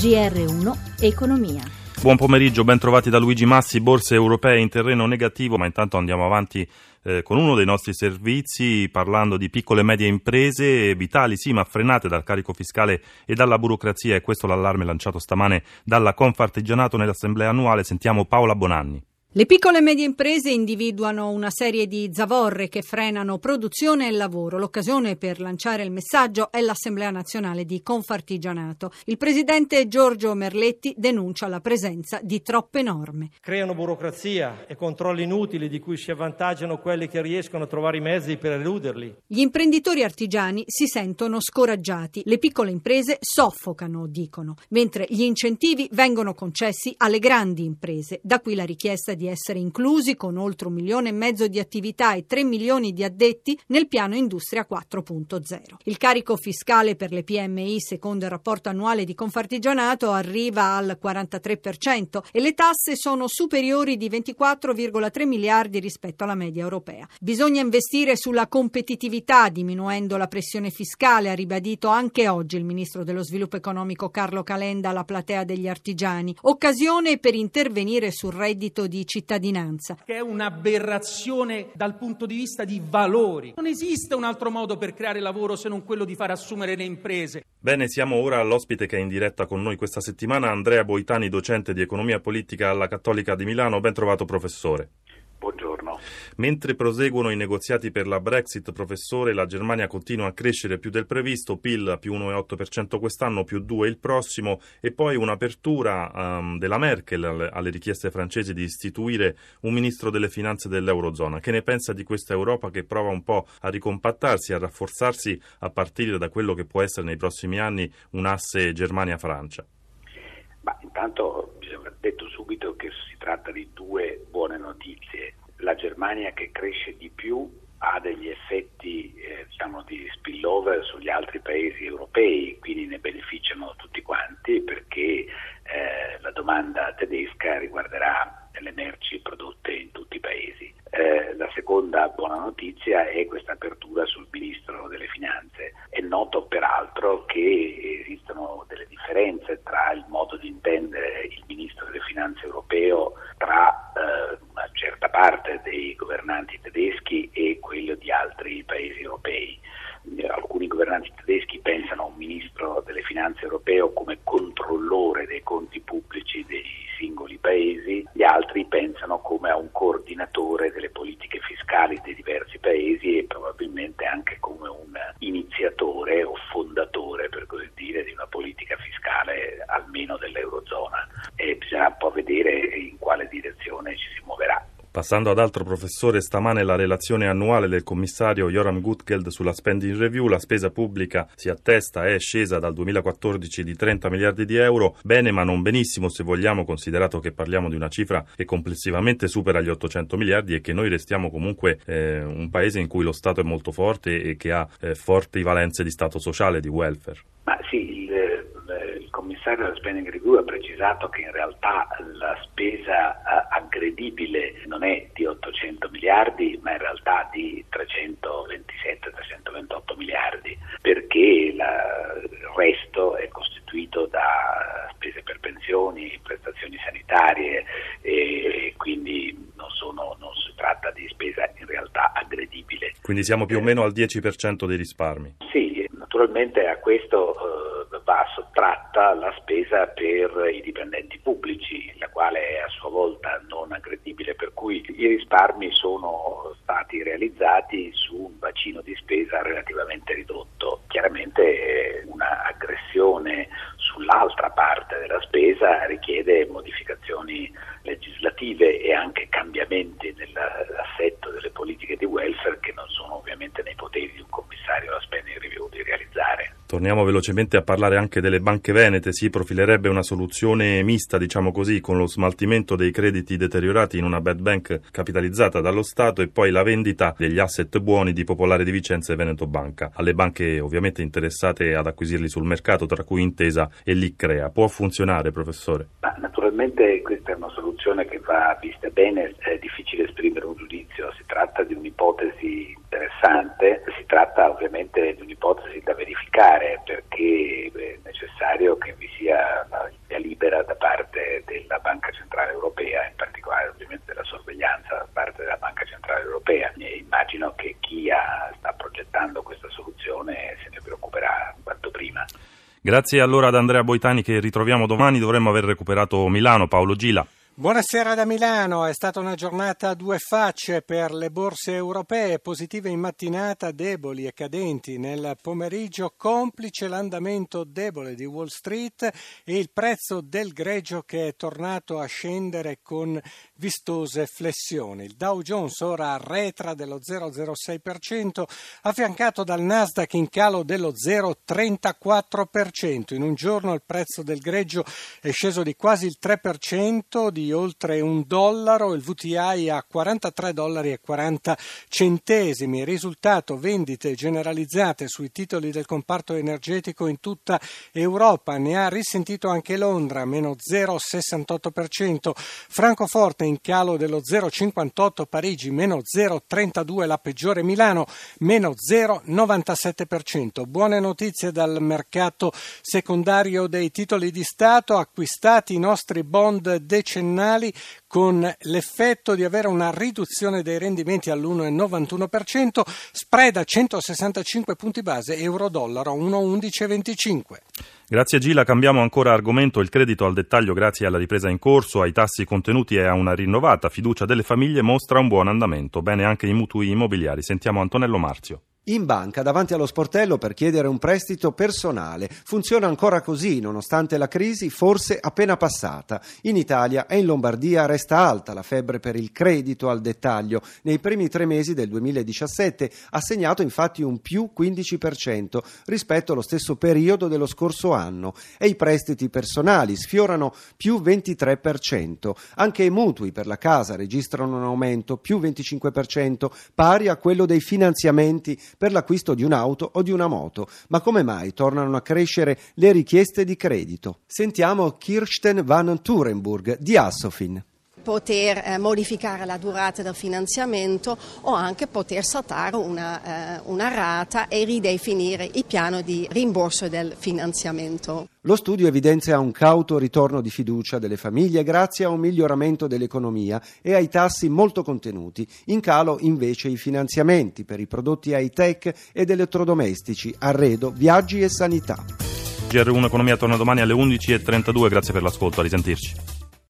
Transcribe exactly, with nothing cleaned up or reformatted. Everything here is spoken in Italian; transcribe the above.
G R uno Economia. Buon pomeriggio, ben trovati da Luigi Massi. Borse europee in terreno negativo, ma intanto andiamo avanti eh, con uno dei nostri servizi parlando di piccole e medie imprese vitali sì ma frenate dal carico fiscale e dalla burocrazia, e questo l'allarme lanciato stamane dalla Confartigianato nell'assemblea annuale. Sentiamo Paola Bonanni. Le piccole e medie imprese individuano una serie di zavorre che frenano produzione e lavoro. L'occasione per lanciare il messaggio è l'Assemblea nazionale di Confartigianato. Il presidente Giorgio Merletti denuncia la presenza di troppe norme. Creano burocrazia e controlli inutili di cui si avvantaggiano quelli che riescono a trovare i mezzi per eluderli. Gli imprenditori artigiani si sentono scoraggiati. Le piccole imprese soffocano, dicono, mentre gli incentivi vengono concessi alle grandi imprese. Da qui la richiesta di di essere inclusi con oltre un milione e mezzo di attività e tre milioni di addetti nel piano Industria quattro punto zero. Il carico fiscale per le P M I, secondo il rapporto annuale di Confartigianato, arriva al quarantatré per cento e le tasse sono superiori di ventiquattro virgola tre miliardi rispetto alla media europea. Bisogna investire sulla competitività diminuendo la pressione fiscale, ha ribadito anche oggi il ministro dello sviluppo economico Carlo Calenda alla platea degli artigiani. Occasione per intervenire sul reddito di cittadinanza, che è un'aberrazione dal punto di vista di valori. Non esiste un altro modo per creare lavoro se non quello di far assumere le imprese. Bene, siamo ora all'ospite che è in diretta con noi questa settimana, Andrea Boitani, docente di economia politica alla Cattolica di Milano. Ben trovato, professore. Buongiorno. Mentre proseguono i negoziati per la Brexit, professore, la Germania continua a crescere più del previsto, P I L più uno virgola otto per cento quest'anno, più due il prossimo, e poi un'apertura um, della Merkel alle, alle richieste francesi di istituire un ministro delle finanze dell'Eurozona. Che ne pensa di questa Europa che prova un po' a ricompattarsi, a rafforzarsi a partire da quello che può essere nei prossimi anni un asse Germania-Francia? Ma intanto bisogna detto subito che si tratta di due buone notizie. La Germania che cresce di più ha degli effetti eh, diciamo di spillover sugli altri paesi europei, quindi ne beneficiano tutti quanti perché eh, la domanda tedesca riguarderà le merci prodotte in tutti i paesi. Eh, la seconda buona notizia è questa apertura sul ministro delle finanze. È noto peraltro che esistono delle differenze tra il modo di intendere il ministro delle finanze europeo tra eh, una certa parte dei governanti tedeschi e quello di altri paesi europei. Eh, alcuni governanti tedeschi pensano a un ministro delle finanze europeo come controllore dei conti pubblici dei singoli paesi, gli altri pensano come a un coordinatore delle politiche fiscali dei diversi paesi e probabilmente anche come un iniziatore o fondatore, per così dire, di una politica fiscale almeno dell'Eurozona, e bisogna un po' vedere in quale direzione ci si muoverà. Passando ad altro, professore, stamane la relazione annuale del commissario Joram Gutgeld sulla spending review. La spesa pubblica si attesta, è scesa dal duemilaquattordici di trenta miliardi di euro, bene ma non benissimo se vogliamo, considerato che parliamo di una cifra che complessivamente supera gli ottocento miliardi e che noi restiamo comunque eh, un paese in cui lo Stato è molto forte e che ha eh, forti valenze di Stato sociale, di welfare. Ma sì, il, il commissario della spending review ha precisato che in realtà la spesa aggredibile non è di ottocento miliardi, ma in realtà di trecentoventisette trecentoventotto miliardi, perché la, il resto è costituito da spese per pensioni, prestazioni sanitarie, e quindi non, sono, non si tratta di spesa in realtà aggredibile. Quindi siamo più o meno al dieci per cento dei risparmi. Sì, naturalmente a questo eh, va sottratta la spesa per i dipendenti pubblici, la quale è a sua volta non aggredibile, per cui i risparmi sono stati realizzati su un bacino di spesa relativamente ridotto. Chiaramente una aggressione sull'altra parte della spesa richiede modificazioni legislative e anche cambiamenti nell'assetto delle politiche di welfare che non sono ovviamente nei poteri di un commissario alla spending review di realizzare. Torniamo velocemente a parlare anche delle banche venete. Si profilerebbe una soluzione mista, diciamo così, con lo smaltimento dei crediti deteriorati in una bad bank capitalizzata dallo Stato e poi la vendita degli asset buoni di Popolare di Vicenza e Veneto Banca alle banche ovviamente interessate ad acquisirli sul mercato, tra cui Intesa e Licrea. Può funzionare, professore? Ma naturalmente questa è una soluzione che va vista bene, è difficile esprimere un giudizio, si tratta di un'ipotesi interessante, si tratta ovviamente di un'ipotesi da verificare perché è necessario che vi sia il Grazie allora ad Andrea Boitani, che ritroviamo domani. Dovremmo aver recuperato Milano. Paolo Gila. Buonasera da Milano. È stata una giornata a due facce per le borse europee, positive in mattinata, deboli e cadenti nel pomeriggio, complice l'andamento debole di Wall Street e il prezzo del greggio che è tornato a scendere con vistose flessioni. Il Dow Jones ora arretra dello zero virgola zero sei per cento, affiancato dal Nasdaq in calo dello zero virgola trentaquattro per cento. In un giorno il prezzo del greggio è sceso di quasi il tre per cento, di oltre un dollaro, il V T I a quarantatré dollari e quaranta centesimi. Risultato: vendite generalizzate sui titoli del comparto energetico in tutta Europa. Ne ha risentito anche Londra, meno zero virgola sessantotto per cento, Francoforte in calo dello zero virgola cinquantotto, Parigi meno zero virgola trentadue, la peggiore Milano meno zero virgola novantasette per cento. Buone notizie dal mercato secondario dei titoli di Stato, acquistati i nostri bond decennali con l'effetto di avere una riduzione dei rendimenti all'uno virgola novantuno per cento, spread a centosessantacinque punti base, euro-dollaro uno virgola undici venticinque. Grazie Gila, cambiamo ancora argomento. Il credito al dettaglio, grazie alla ripresa in corso, ai tassi contenuti e a una rinnovata fiducia delle famiglie, mostra un buon andamento. Bene anche i mutui immobiliari. Sentiamo Antonello Marzio. In banca, davanti allo sportello per chiedere un prestito personale. Funziona ancora così, nonostante la crisi forse appena passata. In Italia e in Lombardia resta alta la febbre per il credito al dettaglio. Nei primi tre mesi del duemiladiciassette ha segnato infatti un più quindici per cento rispetto allo stesso periodo dello scorso anno. E i prestiti personali sfiorano più ventitré per cento. Anche i mutui per la casa registrano un aumento più venticinque per cento, pari a quello dei finanziamenti per l'acquisto di un'auto o di una moto. Ma come mai tornano a crescere le richieste di credito? Sentiamo Kirsten van Turenburg di Assofin. Poter eh, modificare la durata del finanziamento o anche poter saltare una, eh, una rata e ridefinire il piano di rimborso del finanziamento. Lo studio evidenzia un cauto ritorno di fiducia delle famiglie grazie a un miglioramento dell'economia e ai tassi molto contenuti. In calo invece i finanziamenti per i prodotti high-tech ed elettrodomestici, arredo, viaggi e sanità. G R uno Economia torna domani alle undici e trentadue. Grazie per l'ascolto, a risentirci.